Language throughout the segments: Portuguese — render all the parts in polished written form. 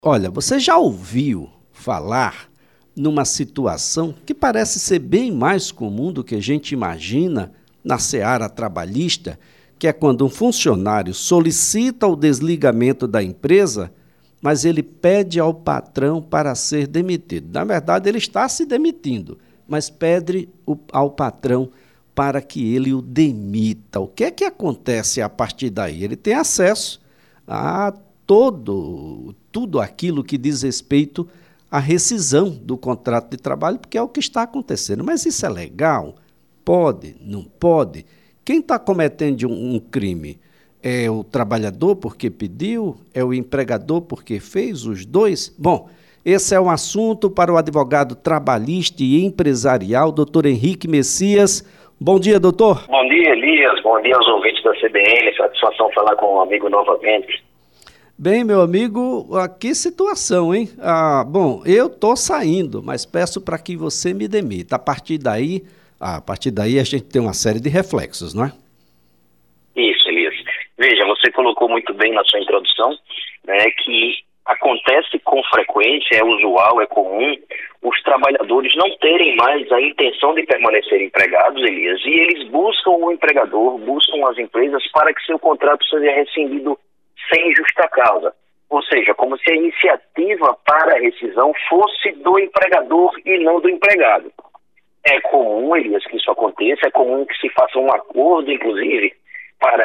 Olha, você já ouviu falar numa situação que parece ser bem mais comum do que a gente imagina na seara trabalhista, que é quando um funcionário solicita o desligamento da empresa, mas ele pede ao patrão para ser demitido. Na verdade, ele está se demitindo, mas pede ao patrão para que ele o demita. O que é que acontece a partir daí? Ele tem acesso a tudo aquilo que diz respeito à rescisão do contrato de trabalho, porque é o que está acontecendo. Mas isso é legal? Pode? Não pode? Quem está cometendo um crime é o trabalhador porque pediu? É o empregador porque fez? Os dois? Bom, esse é um assunto para o advogado trabalhista e empresarial, doutor Henrique Messias. Bom dia, doutor. Bom dia, Elias. Bom dia aos ouvintes da CBN. Satisfação falar com um amigo novamente. Bem, meu amigo, que situação, hein? Bom, eu estou saindo, mas peço para que você me demita. A partir daí a gente tem uma série de reflexos, não é? Isso, Elias. Veja, você colocou muito bem na sua introdução, né, que acontece com frequência, é usual, é comum, os trabalhadores não terem mais a intenção de permanecer empregados, Elias, e eles buscam o empregador, buscam as empresas para que seu contrato seja rescindido sem justa causa. Ou seja, como se a iniciativa para a rescisão fosse do empregador e não do empregado. É comum, Elias, que isso aconteça, é comum que se faça um acordo, inclusive, para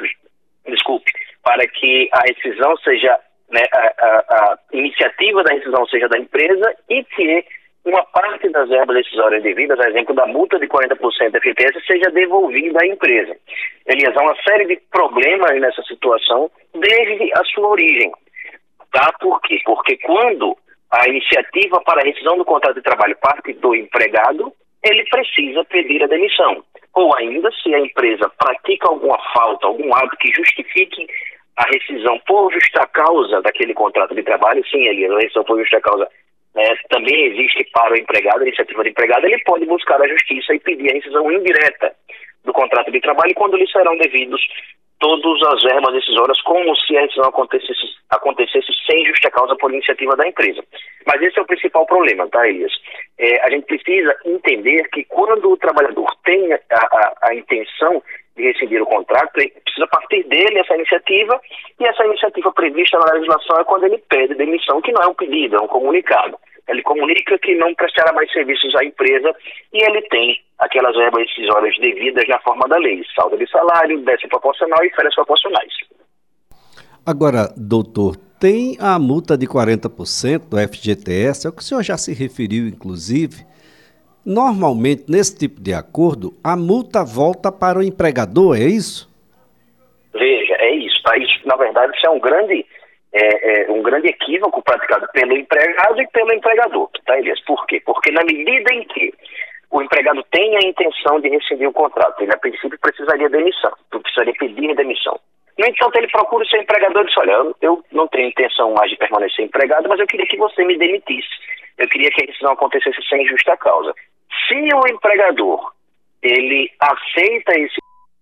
que a rescisão seja, né, a iniciativa da rescisão seja da empresa e que uma parte das verbas decisórias devidas, a exemplo da multa de 40% da FGTS, seja devolvida à empresa. Elias, há uma série de problemas nessa situação desde a sua origem. Tá? Por quê? Porque quando a iniciativa para a rescisão do contrato de trabalho parte do empregado, ele precisa pedir a demissão. Ou ainda, se a empresa pratica alguma falta, algum ato que justifique a rescisão por justa causa daquele contrato de trabalho, sim, Elias, a rescisão por justa causa também existe para o empregado, a iniciativa do empregado, ele pode buscar a justiça e pedir a rescisão indireta do contrato de trabalho quando lhe serão devidos todas as verbas decisórias, como se a rescisão acontecesse sem justa causa por iniciativa da empresa. Mas esse é o principal problema, tá, Elias? A gente precisa entender que quando o trabalhador tem a intenção de rescindir o contrato, ele precisa partir dele essa iniciativa, e essa iniciativa prevista na legislação é quando ele pede demissão, que não é um pedido, é um comunicado. Ele comunica que não prestará mais serviços à empresa e ele tem aquelas verbas decisórias devidas na forma da lei, saldo de salário, décimo proporcional e férias proporcionais. Agora, doutor, tem a multa de 40% do FGTS, é o que o senhor já se referiu, inclusive. Normalmente, nesse tipo de acordo, a multa volta para o empregador, é isso? Veja, é isso. Tá? Isso, na verdade, isso é um grande equívoco praticado pelo empregado e pelo empregador. Tá, Elias? Por quê? Porque na medida em que o empregado tem a intenção de rescindir o contrato, ele, a princípio, precisaria de demissão, precisaria pedir demissão. No entanto, ele procura o seu empregador e diz, olha, eu não tenho intenção mais de permanecer empregado, mas eu queria que você me demitisse. Eu queria que a rescisão acontecesse sem justa causa. Se o empregador, ele aceita esse...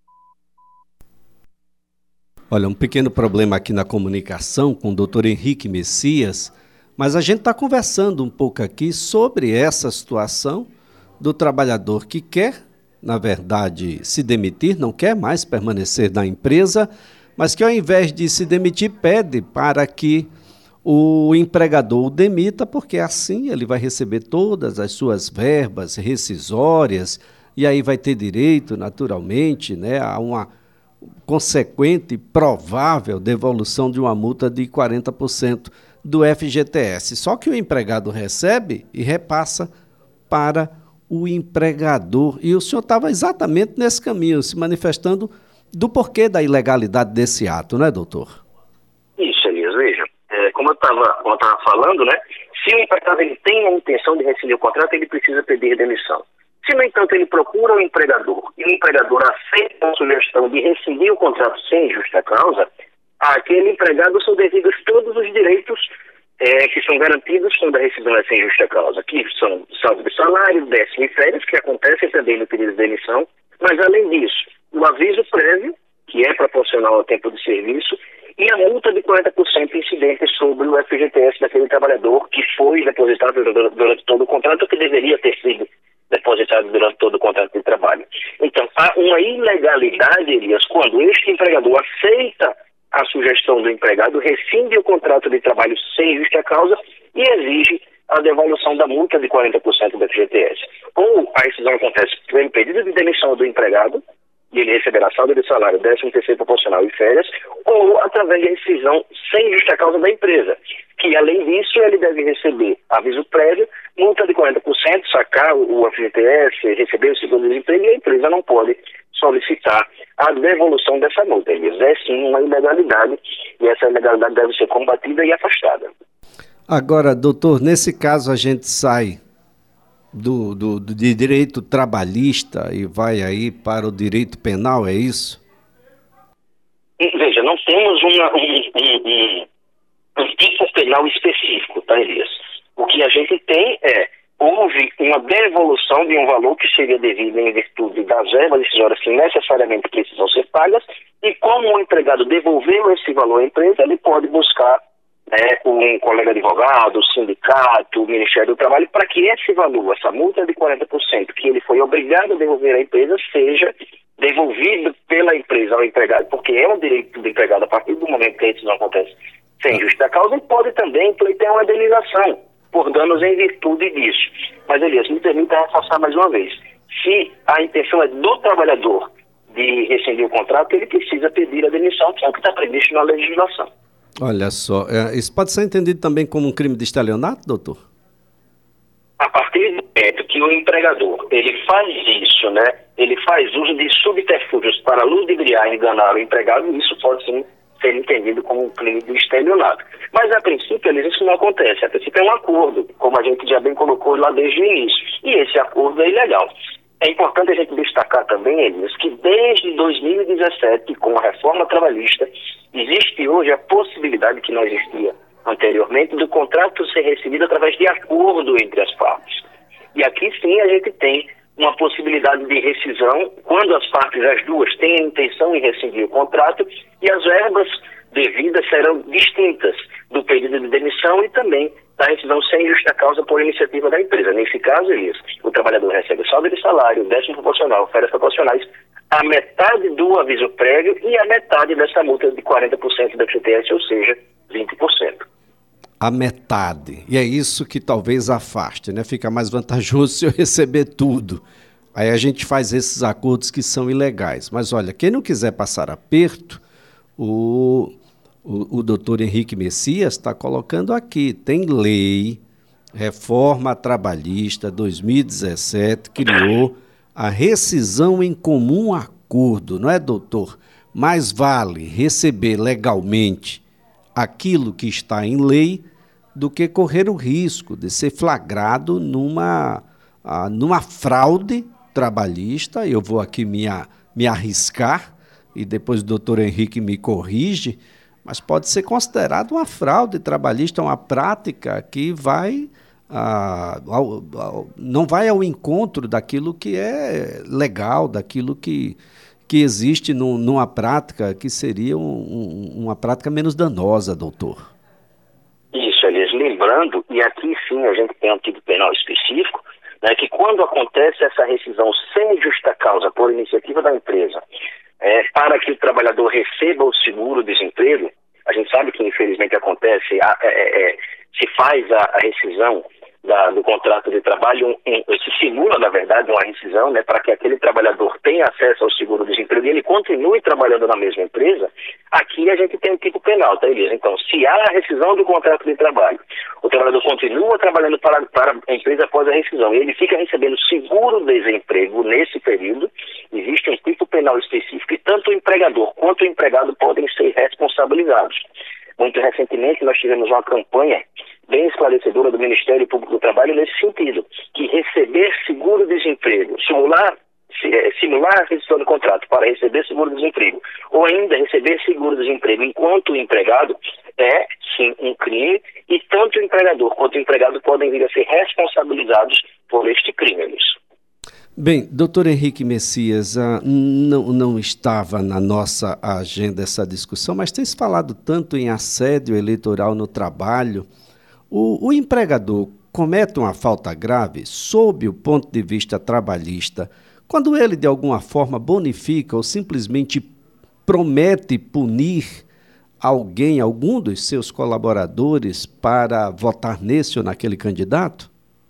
Olha, um pequeno problema aqui na comunicação com o doutor Henrique Messias, mas a gente está conversando um pouco aqui sobre essa situação do trabalhador que quer, na verdade, se demitir, não quer mais permanecer na empresa, mas que ao invés de se demitir, pede para que o empregador o demita, porque assim ele vai receber todas as suas verbas rescisórias e aí vai ter direito, naturalmente, né, a uma consequente provável devolução de uma multa de 40% do FGTS. Só que o empregado recebe e repassa para o empregador. E o senhor estava exatamente nesse caminho, se manifestando do porquê da ilegalidade desse ato, né, doutor? Isso, Elias, veja. Como eu estava falando, né? Se o empregado ele tem a intenção de rescindir o contrato, ele precisa pedir demissão. Se, no entanto, ele procura o empregador e o empregador aceita a sugestão de rescindir o contrato sem justa causa, àquele empregado são devidos todos os direitos que são garantidos quando a rescisão é sem justa causa, que são saldo de salário, décimo e férias, que acontecem também no pedido de demissão, mas, além disso, o aviso prévio, que é proporcional ao tempo de serviço, e a multa de 40% incidente sobre o FGTS daquele trabalhador que foi depositado durante todo o contrato, que deveria ter sido depositado durante todo o contrato de trabalho. Então, há uma ilegalidade, Elias, quando este empregador aceita a sugestão do empregado, rescinde o contrato de trabalho sem justa causa e exige a devolução da multa de 40% do FGTS. Ou a rescisão acontece pelo pedido de demissão do empregado, e ele receberá saldo de salário, 13º proporcional e férias, ou através de rescisão sem justa causa da empresa, que além disso ele deve receber aviso prévio, multa de 40%, sacar o FGTS, receber o seguro-desemprego, e a empresa não pode solicitar a devolução dessa multa. É sim uma ilegalidade, e essa ilegalidade deve ser combatida e afastada. Agora, doutor, nesse caso a gente sai de direito trabalhista e vai aí para o direito penal, é isso? Veja, não temos um tipo penal específico, tá, Elias? O que a gente tem houve uma devolução de um valor que seria devido em virtude das verbas decisórias que necessariamente precisam ser pagas, e como o empregado devolveu esse valor à empresa, ele pode buscar um colega advogado, o sindicato, o Ministério do Trabalho, para que esse valor, essa multa de 40% que ele foi obrigado a devolver à empresa, seja devolvido pela empresa ao empregado, porque é um direito do empregado a partir do momento que isso não acontece sem justa causa, e pode também pleitear uma indenização por danos em virtude disso. Mas, Elias, me permita reforçar mais uma vez. Se a intenção é do trabalhador de rescindir o contrato, ele precisa pedir a demissão, que é o que está previsto na legislação. Olha só, isso pode ser entendido também como um crime de estelionato, doutor? A partir do momento que o empregador ele faz isso, ele faz uso de subterfúgios para ludibriar e enganar o empregado, isso pode sim ser entendido como um crime de estelionato. Mas, a princípio, isso não acontece. A princípio é um acordo, como a gente já bem colocou lá desde o início. E esse acordo é ilegal. É importante a gente destacar também, Elias, que desde 2017, com a reforma trabalhista, existe hoje a possibilidade que não existia anteriormente do contrato ser recebido através de acordo entre as partes. E aqui sim a gente tem uma possibilidade de rescisão quando as partes, as duas, têm a intenção em rescindir o contrato, e as verbas devidas serão distintas do pedido de demissão e também da rescisão sem justa causa por iniciativa da empresa. Nesse caso, Elias, o trabalhador recebe saldo de salário, 10º proporcional, férias proporcionais, a metade do aviso prévio e a metade dessa multa de 40% da FGTS, ou seja, 20%. A metade. E é isso que talvez afaste, Fica mais vantajoso se eu receber tudo. Aí a gente faz esses acordos que são ilegais. Mas olha, quem não quiser passar aperto, o doutor Henrique Messias está colocando aqui, tem lei, reforma trabalhista 2017, criou a rescisão em comum acordo, não é, doutor? Mais vale receber legalmente aquilo que está em lei do que correr o risco de ser flagrado numa fraude trabalhista. Eu vou aqui me arriscar, e depois o doutor Henrique me corrige, mas pode ser considerado uma fraude trabalhista, uma prática que não vai ao encontro daquilo que é legal, daquilo que existe numa prática que seria uma prática menos danosa, doutor. Isso, Elias. Lembrando, e aqui sim a gente tem um tipo penal específico, que quando acontece essa rescisão sem justa causa por iniciativa da empresa, para que o trabalhador receba o seguro-desemprego, a gente sabe que infelizmente acontece, se faz a rescisão do contrato de trabalho, se simula, na verdade, uma rescisão, para que aquele trabalhador tenha acesso ao seguro-desemprego e ele continue trabalhando na mesma empresa. Aqui a gente tem um tipo penal, tá, Elias? Então, se há a rescisão do contrato de trabalho, o trabalhador continua trabalhando para a empresa após a rescisão e ele fica recebendo seguro-desemprego nesse período, existe um tipo penal específico e tanto o empregador quanto o empregado podem ser responsabilizados. Muito recentemente nós tivemos uma campanha bem esclarecedora do Ministério Público do Trabalho nesse sentido, que receber seguro-desemprego, simular a rescisão do contrato para receber seguro-desemprego, ou ainda receber seguro-desemprego enquanto empregado, é sim um crime, e tanto o empregador quanto o empregado podem vir a ser responsabilizados por este crime. Bem, doutor Henrique Messias, não estava na nossa agenda essa discussão, mas tem se falado tanto em assédio eleitoral no trabalho. O empregador comete uma falta grave sob o ponto de vista trabalhista quando ele, de alguma forma, bonifica ou simplesmente promete punir alguém, algum dos seus colaboradores, para votar nesse ou naquele candidato?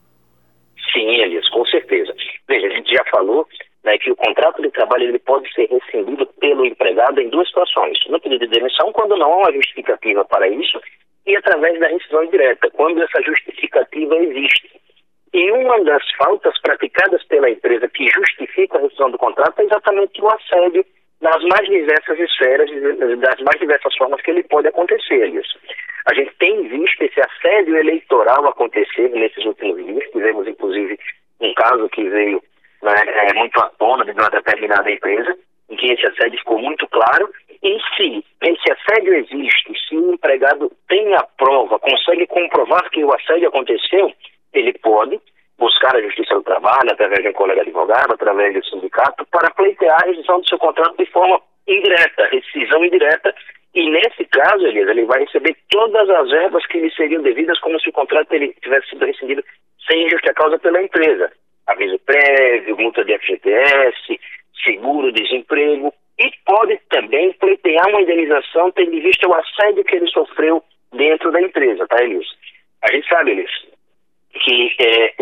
Sim, Elias, com certeza. Veja, a gente já falou, né, que o contrato de trabalho ele pode ser rescindido pelo empregado em duas situações. No pedido de demissão, quando não há uma justificativa para isso, e através da rescisão indireta, quando essa justificativa existe. E uma das faltas praticadas pela empresa que justifica a rescisão do contrato é exatamente o assédio nas mais diversas esferas, das mais diversas formas que ele pode acontecer. Isso. A gente tem visto esse assédio eleitoral acontecer nesses últimos dias. Tivemos, inclusive, um caso que veio, né, muito à tona de uma determinada empresa, em que esse assédio ficou muito claro. E se esse assédio existe, se o empregado tem a prova, consegue comprovar que o assédio aconteceu, ele pode buscar a Justiça do Trabalho, através de um colega advogado, através do sindicato, para pleitear a rescisão do seu contrato de forma indireta, rescisão indireta, e nesse caso, Elias, ele vai receber todas as verbas que lhe seriam devidas como se o contrato ele tivesse sido rescindido sem justa causa pela empresa. Aviso prévio, multa de FGTS, seguro-desemprego, e pode também pleitear uma indenização tendo em vista o assédio que ele sofreu dentro da empresa, tá, Elias? A gente sabe, Elias, que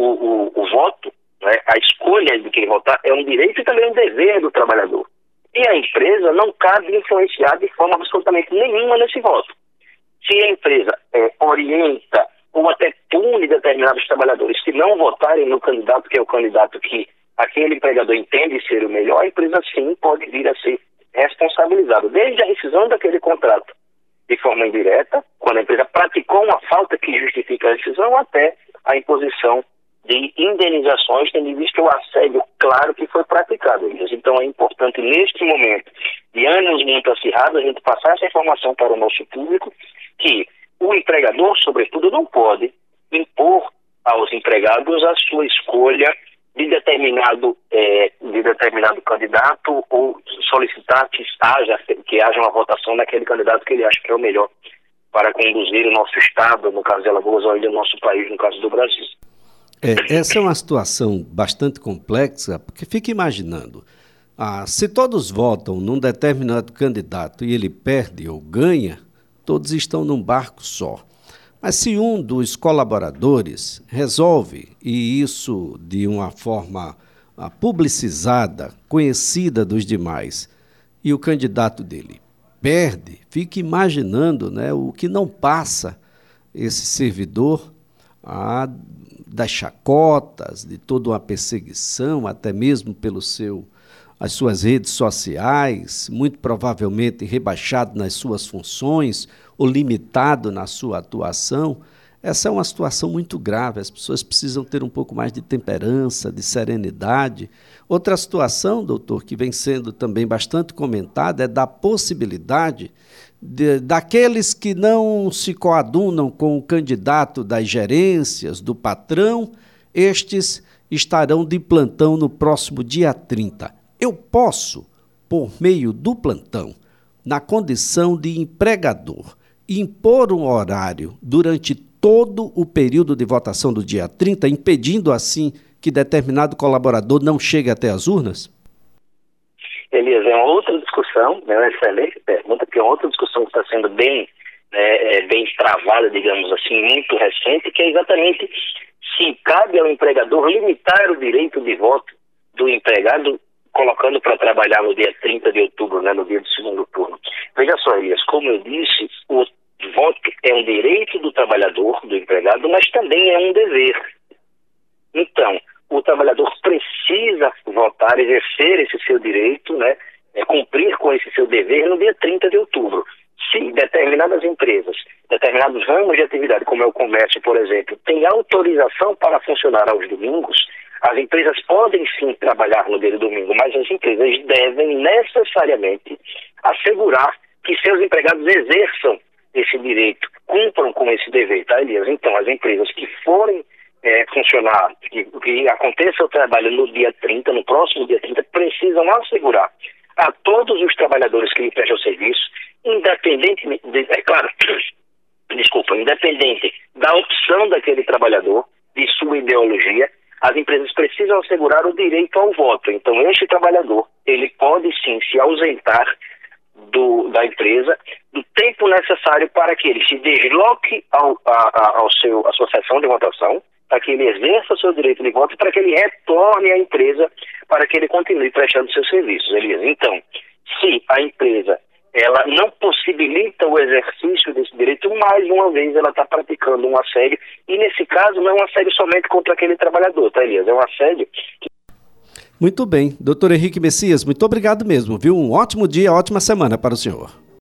o voto, né, a escolha de quem votar é um direito e também um dever do trabalhador. E a empresa não cabe influenciar de forma absolutamente nenhuma nesse voto. Se a empresa orienta ou até pune determinados trabalhadores que não votarem no candidato, que é o candidato que aquele empregador entende ser o melhor, a empresa sim pode vir a ser responsabilizada, desde a rescisão daquele contrato de forma indireta, quando a empresa praticou uma falta que justifica a rescisão, até a imposição de indenizações, tendo em vista o assédio claro que foi praticado. Então é importante, neste momento de ânimos muito acirrados, a gente passar essa informação para o nosso público, que o empregador, sobretudo, não pode impor aos empregados a sua escolha de determinado candidato ou solicitar que haja uma votação naquele candidato que ele acha que é o melhor para conduzir o nosso estado, no caso de Alagoas, ou ainda o nosso país, no caso do Brasil. Essa é uma situação bastante complexa, porque fica imaginando, se todos votam num determinado candidato e ele perde ou ganha, todos estão num barco só. Mas se um dos colaboradores resolve, e isso de uma forma publicizada, conhecida dos demais, e o candidato dele perde, fica imaginando, né, o que não passa esse servidor das chacotas, de toda uma perseguição, até mesmo as suas redes sociais, muito provavelmente rebaixado nas suas funções ou limitado na sua atuação. Essa é uma situação muito grave, as pessoas precisam ter um pouco mais de temperança, de serenidade. Outra situação, doutor, que vem sendo também bastante comentada, é da possibilidade daqueles que não se coadunam com o candidato das gerências, do patrão, estes estarão de plantão no próximo dia 30. Eu posso, por meio do plantão, na condição de empregador, impor um horário durante todo o período de votação do dia 30, impedindo assim que determinado colaborador não chegue até as urnas? Elias, é uma outra discussão, é uma excelente pergunta, porque é uma outra discussão que está sendo bem travada, digamos assim, muito recente, que é exatamente se cabe ao empregador limitar o direito de voto do empregado, colocando para trabalhar no dia 30 de outubro, né, no dia do segundo turno. Veja só, Elias, como eu disse, o voto é um direito do trabalhador, do empregado, mas também é um dever. Então, o trabalhador precisa votar, exercer esse seu direito, né, cumprir com esse seu dever no dia 30 de outubro. Se determinadas empresas, determinados ramos de atividade, como é o comércio, por exemplo, têm autorização para funcionar aos domingos, as empresas podem sim trabalhar no dia de domingo, mas as empresas devem necessariamente assegurar que seus empregados exerçam esse direito, cumpram com esse dever, tá, Elias? Então, as empresas que forem funcionar, que aconteça o trabalho no dia 30, no próximo dia 30, precisam assegurar a todos os trabalhadores que lhe prestam serviço, independente da opção daquele trabalhador, de sua ideologia, as empresas precisam assegurar o direito ao voto. Então, este trabalhador, ele pode sim se ausentar da empresa do tempo necessário para que ele se desloque à sua sessão de votação, para que ele exerça o seu direito de voto e para que ele retorne à empresa para que ele continue prestando seus serviços, Elias. Então, se a empresa ela não possibilita o exercício desse direito, mais uma vez ela está praticando um assédio, e nesse caso não é um assédio somente contra aquele trabalhador, tá, Elias? É um assédio que... Muito bem. Doutor Henrique Messias, muito obrigado mesmo, viu? Um ótimo dia, ótima semana para o senhor.